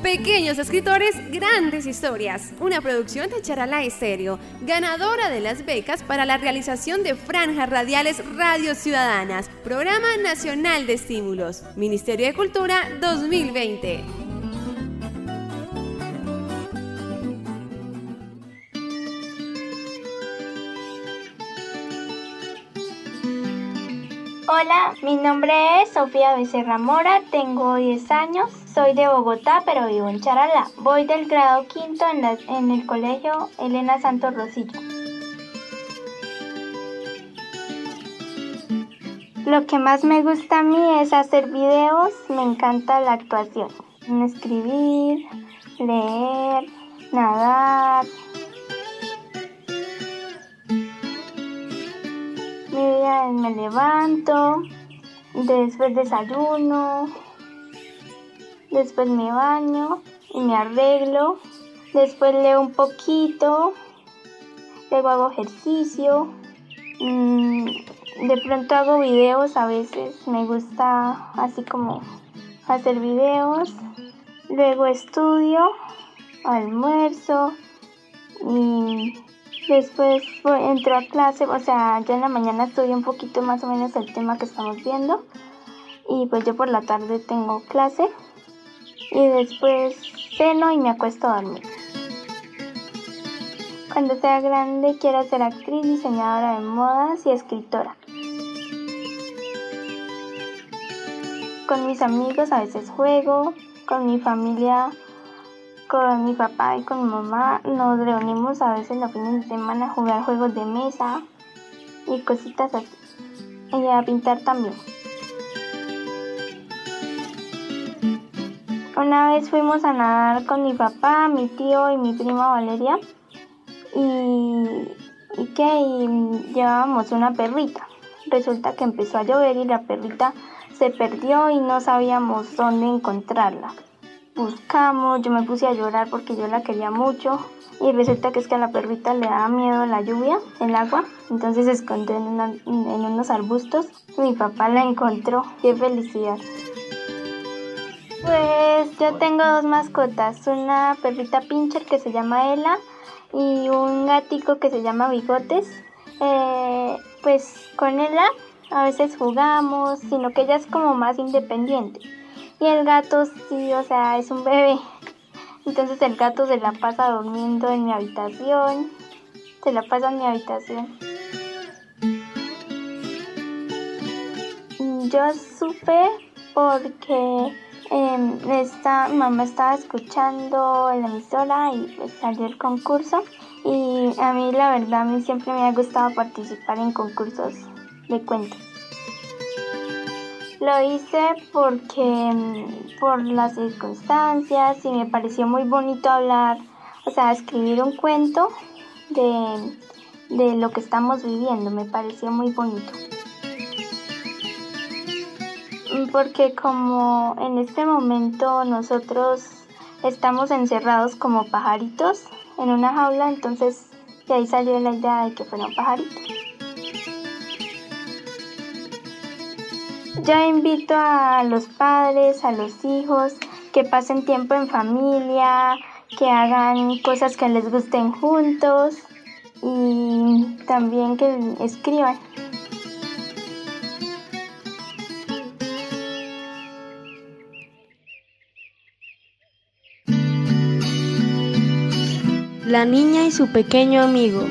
Pequeños escritores, grandes historias. Una producción de Charalá Estéreo, ganadora de las becas para la realización de franjas radiales Radio Ciudadanas, Programa Nacional de Estímulos, Ministerio de Cultura 2020. Hola, mi nombre es Sofía Becerra Mora, tengo 10 años, soy de Bogotá, pero vivo en Charalá. Voy del grado quinto en el colegio Elena Santos Rosillo. Lo que más me gusta a mí es hacer videos, me encanta la actuación, escribir, leer, nadar. Mi día es me levanto, después desayuno, después me baño y me arreglo, después leo un poquito, luego hago ejercicio, de pronto hago videos, a veces me gusta así como hacer videos, luego estudio, almuerzo y después entro a clase, o sea, yo en la mañana estudio un poquito más o menos el tema que estamos viendo y pues yo por la tarde tengo clase y después ceno y me acuesto a dormir. Cuando sea grande quiero ser actriz, diseñadora de modas y escritora. Con mis amigos a veces juego, con mi familia, con mi papá y con mi mamá nos reunimos a veces los fines de semana a jugar juegos de mesa y cositas así. Y a pintar también. Una vez fuimos a nadar con mi papá, mi tío y mi prima Valeria y llevábamos una perrita. Resulta que empezó a llover y la perrita se perdió y no sabíamos dónde encontrarla. Buscamos, yo me puse a llorar porque yo la quería mucho y resulta que es que a la perrita le daba miedo la lluvia, el agua, entonces se escondió en unos arbustos y mi papá la encontró. ¡Qué felicidad! Pues yo tengo 2 mascotas, una perrita pincher que se llama Ela y un gatico que se llama Bigotes. Pues con Ela a veces jugamos, sino que ella es como más independiente. Y el gato sí, o sea, es un bebé. Entonces el gato se la pasa durmiendo en mi habitación. Se la pasa en mi habitación. Yo supe porque mi mamá estaba escuchando la emisora y pues salió el concurso. Y a mí la verdad, a mí siempre me ha gustado participar en concursos de cuentos. Lo hice por las circunstancias y me pareció muy bonito hablar, o sea, escribir un cuento de lo que estamos viviendo, me pareció muy bonito. Porque como en este momento nosotros estamos encerrados como pajaritos en una jaula, entonces de ahí salió la idea de que fuera un pajarito. Yo invito a los padres, a los hijos, que pasen tiempo en familia, que hagan cosas que les gusten juntos y también que escriban. La niña y su pequeño amigo.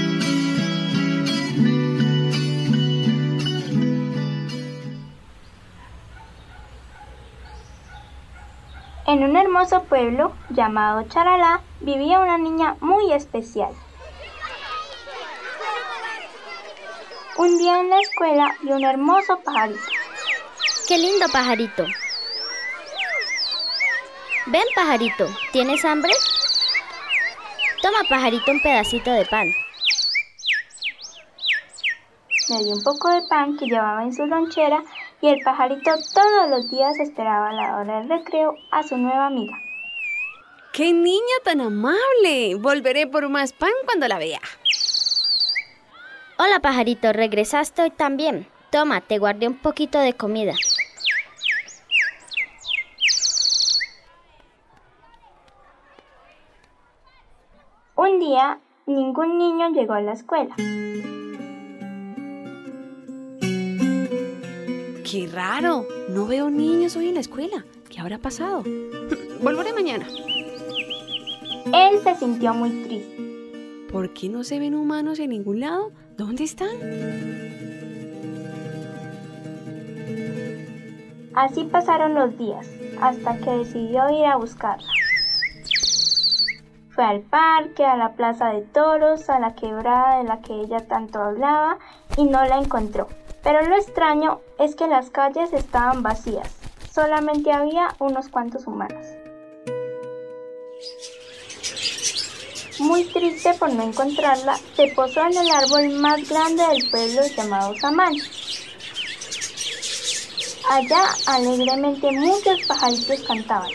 En un hermoso pueblo llamado Charalá vivía una niña muy especial. Un día en la escuela vio un hermoso pajarito. ¡Qué lindo pajarito! Ven, pajarito, ¿tienes hambre? Toma, pajarito, un pedacito de pan. Le dio un poco de pan que llevaba en su lonchera y el pajarito todos los días esperaba a la hora del recreo a su nueva amiga. ¡Qué niña tan amable! Volveré por más pan cuando la vea. Hola, pajarito, ¿regresaste hoy también? Toma, te guardé un poquito de comida. Un día, ningún niño llegó a la escuela. ¡Qué raro! No veo niños hoy en la escuela. ¿Qué habrá pasado? Volveré mañana. Él se sintió muy triste. ¿Por qué no se ven humanos en ningún lado? ¿Dónde están? Así pasaron los días, hasta que decidió ir a buscarla. Fue al parque, a la plaza de toros, a la quebrada de la que ella tanto hablaba y no la encontró. Pero lo extraño es que las calles estaban vacías, solamente había unos cuantos humanos. Muy triste por no encontrarla, se posó en el árbol más grande del pueblo llamado Samán. Allá alegremente muchos pajaritos cantaban.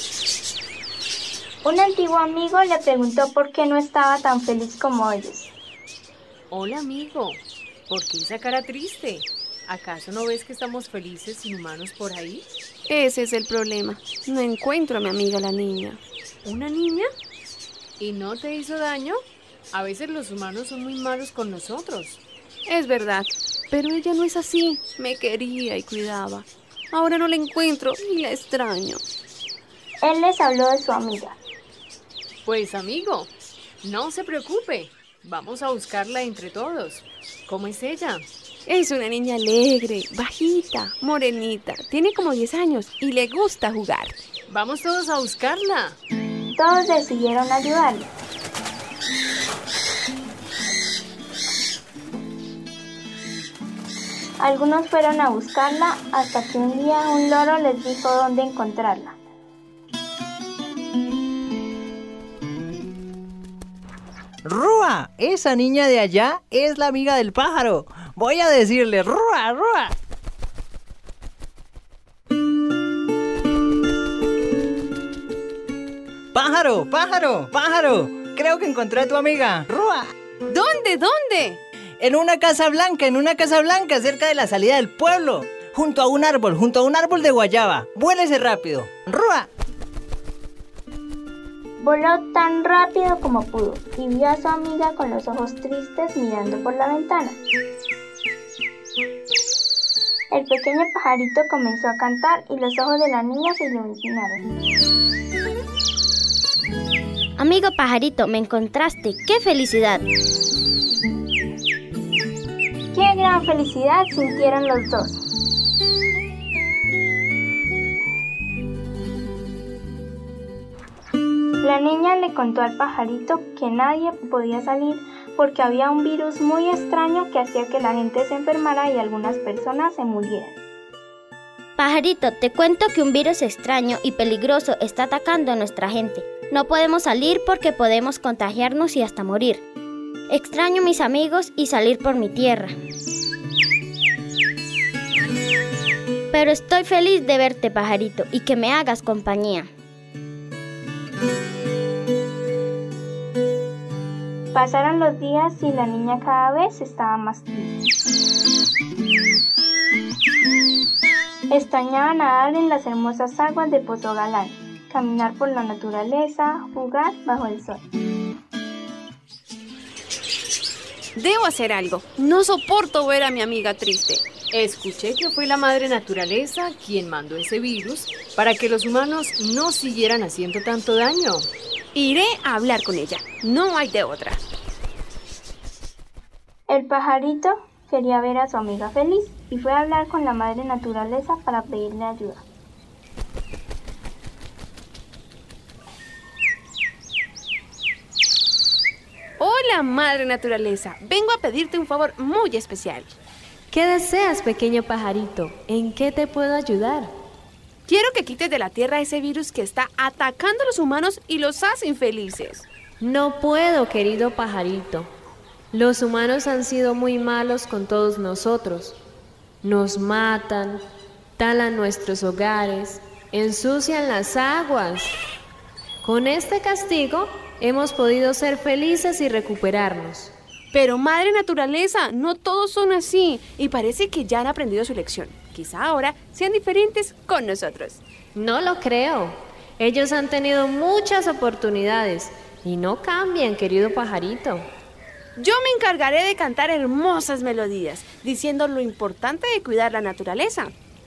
Un antiguo amigo le preguntó por qué no estaba tan feliz como ellos. Hola amigo, ¿por qué esa cara triste? ¿Acaso no ves que estamos felices sin humanos por ahí? Ese es el problema. No encuentro a mi amiga la niña. ¿Una niña? ¿Y no te hizo daño? A veces los humanos son muy malos con nosotros. Es verdad, pero ella no es así. Me quería y cuidaba. Ahora no la encuentro y la extraño. Él les habló de su amiga. Pues amigo, no se preocupe. Vamos a buscarla entre todos. ¿Cómo es ella? Es una niña alegre, bajita, morenita. Tiene como 10 años y le gusta jugar. Vamos todos a buscarla. Todos decidieron ayudarle. Algunos fueron a buscarla hasta que un día un loro les dijo dónde encontrarla. ¡Rúa! Esa niña de allá es la amiga del pájaro. Voy a decirle, ¡Rúa, Rúa! ¡Pájaro, pájaro, pájaro! Creo que encontré a tu amiga, ¡Rúa! ¿Dónde? ¿Dónde? En una casa blanca, cerca de la salida del pueblo. Junto a un árbol de guayaba. Vuélese rápido, ¡Rúa! Voló tan rápido como pudo y vio a su amiga con los ojos tristes mirando por la ventana. El pequeño pajarito comenzó a cantar y los ojos de la niña se iluminaron. Amigo pajarito, me encontraste. ¡Qué felicidad! ¡Qué gran felicidad sintieron los dos! La niña le contó al pajarito que nadie podía salir porque había un virus muy extraño que hacía que la gente se enfermara y algunas personas se murieran. Pajarito, te cuento que un virus extraño y peligroso está atacando a nuestra gente. No podemos salir porque podemos contagiarnos y hasta morir. Extraño a mis amigos y salir por mi tierra. Pero estoy feliz de verte, pajarito, y que me hagas compañía. Pasaron los días y la niña cada vez estaba más triste. Extrañaba nadar en las hermosas aguas de Pozo Galán, caminar por la naturaleza, jugar bajo el sol. Debo hacer algo. No soporto ver a mi amiga triste. Escuché que fue la madre naturaleza quien mandó ese virus para que los humanos no siguieran haciendo tanto daño. Iré a hablar con ella. No hay de otra. El pajarito quería ver a su amiga feliz y fue a hablar con la madre naturaleza para pedirle ayuda. Hola, madre naturaleza. Vengo a pedirte un favor muy especial. ¿Qué deseas, pequeño pajarito? ¿En qué te puedo ayudar? Quiero que quites de la tierra ese virus que está atacando a los humanos y los hace infelices. No puedo, querido pajarito. Los humanos han sido muy malos con todos nosotros. Nos matan, talan nuestros hogares, ensucian las aguas. Con este castigo hemos podido ser felices y recuperarnos. Pero madre naturaleza, no todos son así y parece que ya han aprendido su lección. Quizá ahora sean diferentes con nosotros. No lo creo. Ellos han tenido muchas oportunidades Y no cambien, querido pajarito. Yo me encargaré de cantar hermosas melodías, diciendo lo importante de cuidar la naturaleza.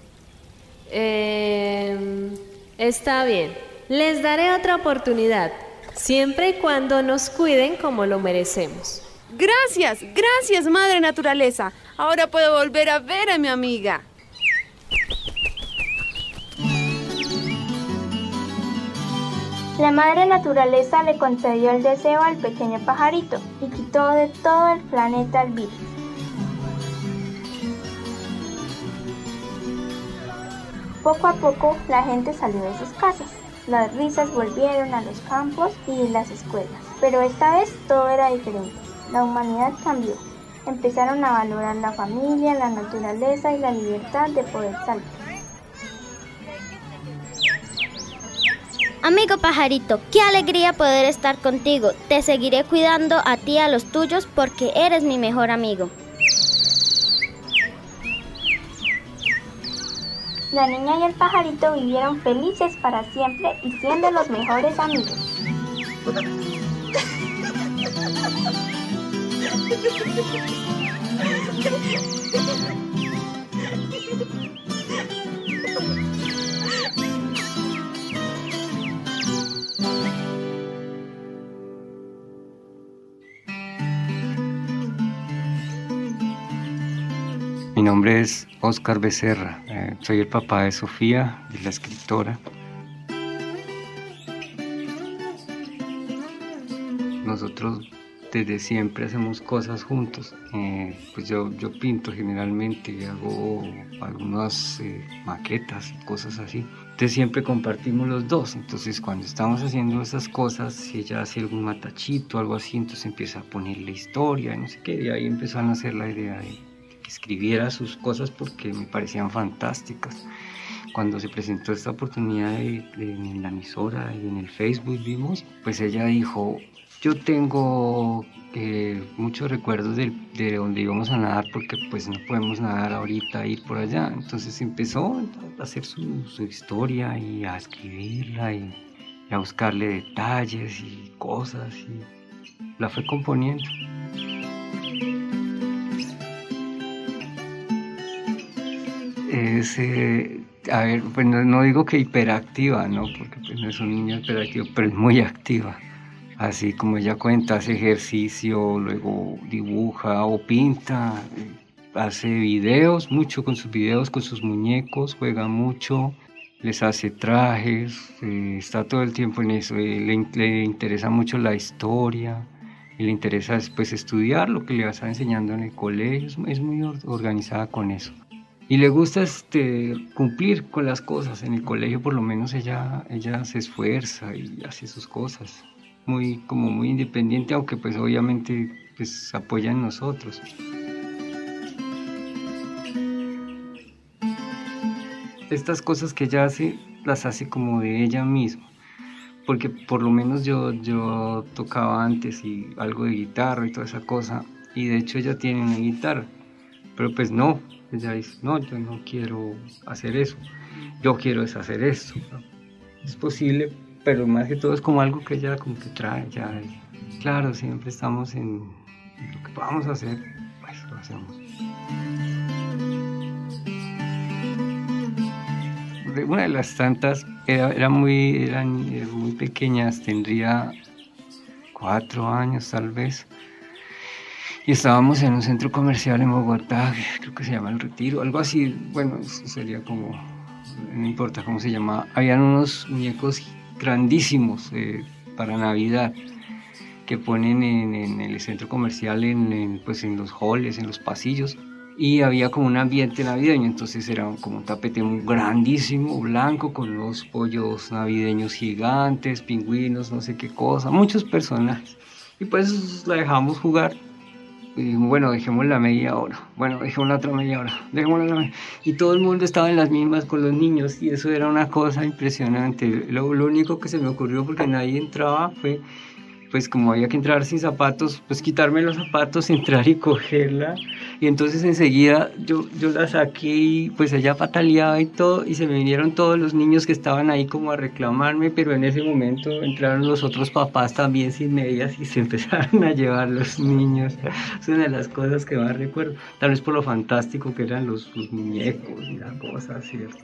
Está bien, les daré otra oportunidad, siempre y cuando nos cuiden como lo merecemos. Gracias, gracias, Madre Naturaleza. Ahora puedo volver a ver a mi amiga. La madre naturaleza le concedió el deseo al pequeño pajarito y quitó de todo el planeta el virus. Poco a poco la gente salió de sus casas. Las risas volvieron a los campos y las escuelas. Pero esta vez todo era diferente. La humanidad cambió. Empezaron a valorar la familia, la naturaleza y la libertad de poder salir. Amigo pajarito, qué alegría poder estar contigo. Te seguiré cuidando a ti y a los tuyos porque eres mi mejor amigo. La niña y el pajarito vivieron felices para siempre y siendo los mejores amigos. Mi nombre es Óscar Becerra, soy el papá de Sofía, de la escritora. Nosotros desde siempre hacemos cosas juntos. Pues yo pinto generalmente, hago algunas maquetas y cosas así. Entonces siempre compartimos los dos. Entonces cuando estamos haciendo esas cosas, si ella hace algún matachito o algo así, entonces empieza a ponerle historia y no sé qué. Y ahí empezó a nacer la idea de que escribiera sus cosas porque me parecían fantásticas. Cuando se presentó esta oportunidad en la emisora y en el Facebook vimos, pues ella dijo: yo tengo muchos recuerdos de donde íbamos a nadar porque pues no podemos nadar ahorita, ir por allá. Entonces empezó a hacer su historia y a escribirla y a buscarle detalles y cosas y la fue componiendo. A ver, pues no digo que hiperactiva, ¿no? Porque pues no es un niño hiperactivo, pero es muy activa. Así como ella cuenta, hace ejercicio, luego dibuja o pinta, hace videos, mucho con sus videos, con sus muñecos, juega mucho, les hace trajes, está todo el tiempo en eso, le interesa mucho la historia, y le interesa después estudiar lo que le vas enseñando en el colegio, es muy organizada con eso. Y le gusta cumplir con las cosas, en el colegio por lo menos ella se esfuerza y hace sus cosas. Muy independiente, aunque pues obviamente pues apoya en nosotros. Estas cosas que ella hace, las hace como de ella misma, porque por lo menos yo tocaba antes y algo de guitarra y toda esa cosa, y de hecho ella tiene una guitarra, pero pues no, ella dice, no, yo no quiero hacer eso, yo quiero hacer esto, ¿no? Es posible, pero más que todo es como algo que ella como que trae ya. Claro, siempre estamos en lo que podamos hacer, pues lo hacemos. Una de las tantas eran muy pequeñas, tendría 4 años tal vez, y estábamos en un centro comercial en Bogotá, creo que se llama El Retiro, algo así, bueno, eso sería como, no importa cómo se llama, habían unos muñecos grandísimos para Navidad que ponen en el centro comercial, pues en los halls, en los pasillos, y había como un ambiente navideño, entonces era como un tapete muy grandísimo, blanco, con unos pollos navideños gigantes, pingüinos, no sé qué cosa, muchos personajes, y pues la dejamos jugar. Y bueno, dejémosla media hora, bueno, dejémosla otra media hora, y todo el mundo estaba en las mismas con los niños y eso era una cosa impresionante. Lo único que se me ocurrió, porque nadie entraba, fue pues como había que entrar sin zapatos, pues quitarme los zapatos, entrar y cogerla. Y entonces enseguida yo la saqué y pues ella pataleaba y todo, y se me vinieron todos los niños que estaban ahí como a reclamarme, pero en ese momento entraron los otros papás también sin medias y se empezaron a llevar los niños. Es una de las cosas que más recuerdo, tal vez por lo fantástico que eran los muñecos y la cosa, ¿cierto?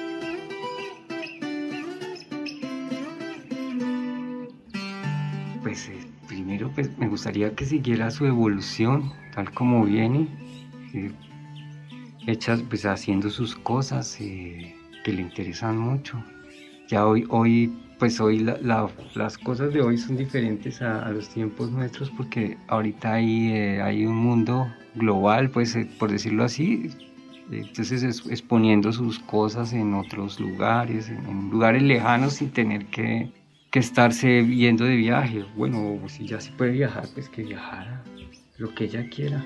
Pues primero pues, me gustaría que siguiera su evolución tal como viene, hechas, pues haciendo sus cosas que le interesan mucho. Ya hoy las cosas de hoy son diferentes a los tiempos nuestros, porque ahorita hay un mundo global, pues por decirlo así. Entonces exponiendo sus cosas en otros lugares, en lugares lejanos, sin tener que estarse yendo de viaje. Bueno, si ya se puede viajar, pues que viajara, lo que ella quiera.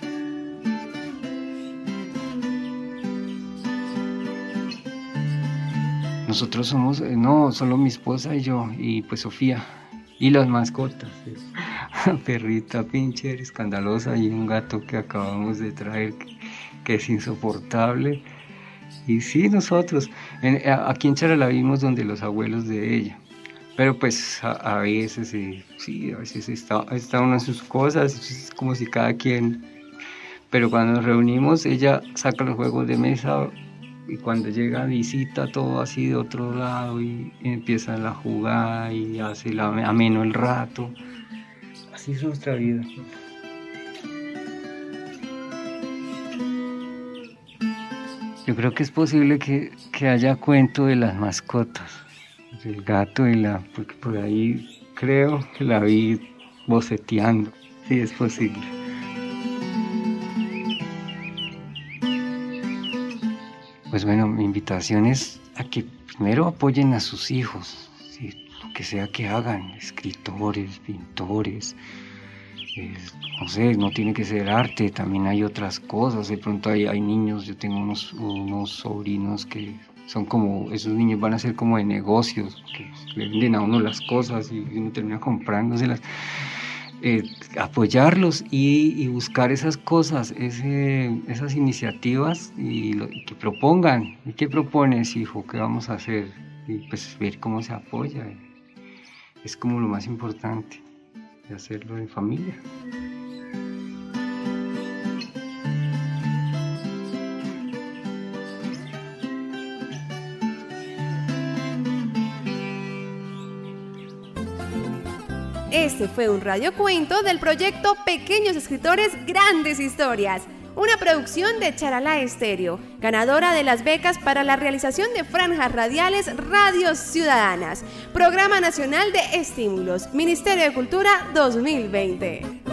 Nosotros somos, no, solo mi esposa y yo, y pues Sofía, y las mascotas. Perrita pincher, escandalosa, y un gato que acabamos de traer que es insoportable. Y sí, nosotros, aquí en Charalá vimos donde los abuelos de ella. Pero pues a veces, sí, a veces está uno en sus cosas, es como si cada quien... Pero cuando nos reunimos, ella saca los juegos de mesa y cuando llega visita todo así de otro lado y empiezan a jugar y hace ameno el rato. Así es nuestra vida. Yo creo que es posible que haya cuento de las mascotas. El gato porque por ahí creo que la vi boceteando. Sí, es posible. Pues bueno, mi invitación es a que primero apoyen a sus hijos, ¿sí? Lo que sea que hagan, escritores, pintores, no sé, no tiene que ser arte, también hay otras cosas. De pronto hay niños, yo tengo unos sobrinos que son como, esos niños van a ser como de negocios, que le venden a uno las cosas y uno termina comprándoselas. Apoyarlos y buscar esas cosas, esas iniciativas y que propongan. ¿Y qué propones, hijo? ¿Qué vamos a hacer? Y pues ver cómo se apoya. Es como lo más importante, de hacerlo en familia. Este fue un radiocuento del proyecto Pequeños Escritores, Grandes Historias, una producción de Charalá Estéreo, ganadora de las becas para la realización de franjas radiales Radios Ciudadanas, Programa Nacional de Estímulos, Ministerio de Cultura 2020.